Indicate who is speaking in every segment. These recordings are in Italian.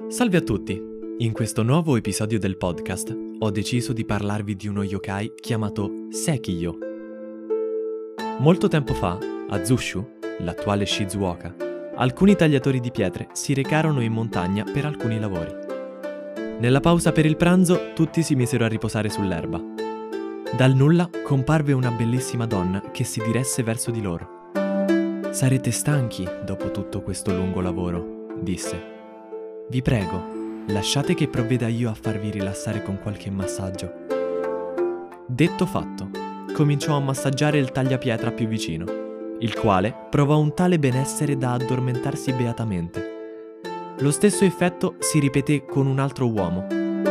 Speaker 1: Salve a tutti! In questo nuovo episodio del podcast ho deciso di parlarvi di uno yokai chiamato Sekigyo. Molto tempo fa, a Zushu, l'attuale Shizuoka, alcuni tagliatori di pietre si recarono in montagna per alcuni lavori. Nella pausa per il pranzo tutti si misero a riposare sull'erba. Dal nulla comparve una bellissima donna che si diresse verso di loro. «Sarete stanchi dopo tutto questo lungo lavoro», disse. «Vi prego, lasciate che provveda io a farvi rilassare con qualche massaggio». Detto fatto, cominciò a massaggiare il tagliapietra più vicino, il quale provò un tale benessere da addormentarsi beatamente. Lo stesso effetto si ripeté con un altro uomo.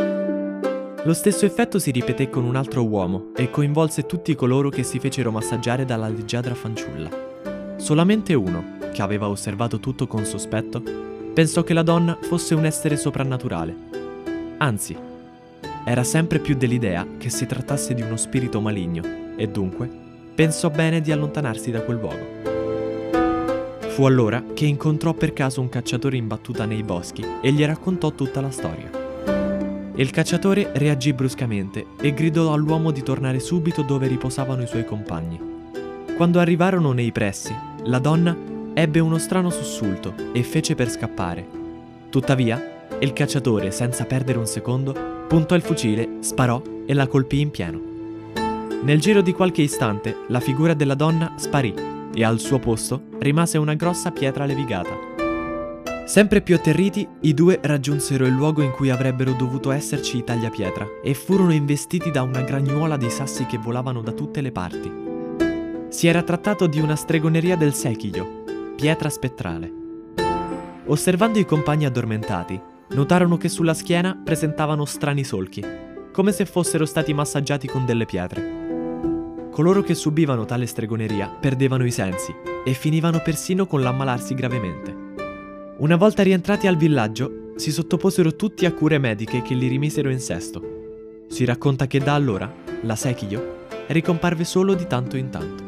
Speaker 1: E coinvolse tutti coloro che si fecero massaggiare dalla leggiadra fanciulla. Solamente uno, che aveva osservato tutto con sospetto, pensò che la donna fosse un essere soprannaturale. Anzi, era sempre più dell'idea che si trattasse di uno spirito maligno e dunque pensò bene di allontanarsi da quel luogo. Fu allora che incontrò per caso un cacciatore in battuta nei boschi e gli raccontò tutta la storia. Il cacciatore reagì bruscamente e gridò all'uomo di tornare subito dove riposavano i suoi compagni. Quando arrivarono nei pressi, la donna ebbe uno strano sussulto e fece per scappare. Tuttavia, il cacciatore, senza perdere un secondo, puntò il fucile, sparò e la colpì in pieno. Nel giro di qualche istante, la figura della donna sparì e al suo posto rimase una grossa pietra levigata. Sempre più atterriti, i due raggiunsero il luogo in cui avrebbero dovuto esserci i tagliapietra e furono investiti da una gragnuola di sassi che volavano da tutte le parti. Si era trattato di una stregoneria del Sekigyo, pietra spettrale. Osservando i compagni addormentati, notarono che sulla schiena presentavano strani solchi, come se fossero stati massaggiati con delle pietre. Coloro che subivano tale stregoneria perdevano i sensi e finivano persino con l'ammalarsi gravemente. Una volta rientrati al villaggio, si sottoposero tutti a cure mediche che li rimisero in sesto. Si racconta che da allora la Sekigyo ricomparve solo di tanto in tanto.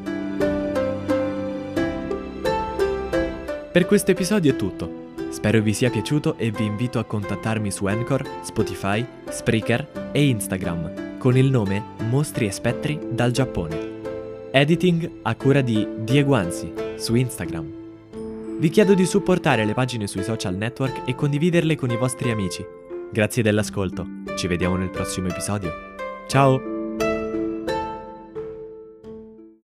Speaker 1: Per questo episodio è tutto. Spero vi sia piaciuto e vi invito a contattarmi su Anchor, Spotify, Spreaker e Instagram con il nome Mostri e Spettri dal Giappone. Editing a cura di Diego Anzi su Instagram. Vi chiedo di supportare le pagine sui social network e condividerle con i vostri amici. Grazie dell'ascolto. Ci vediamo nel prossimo episodio. Ciao!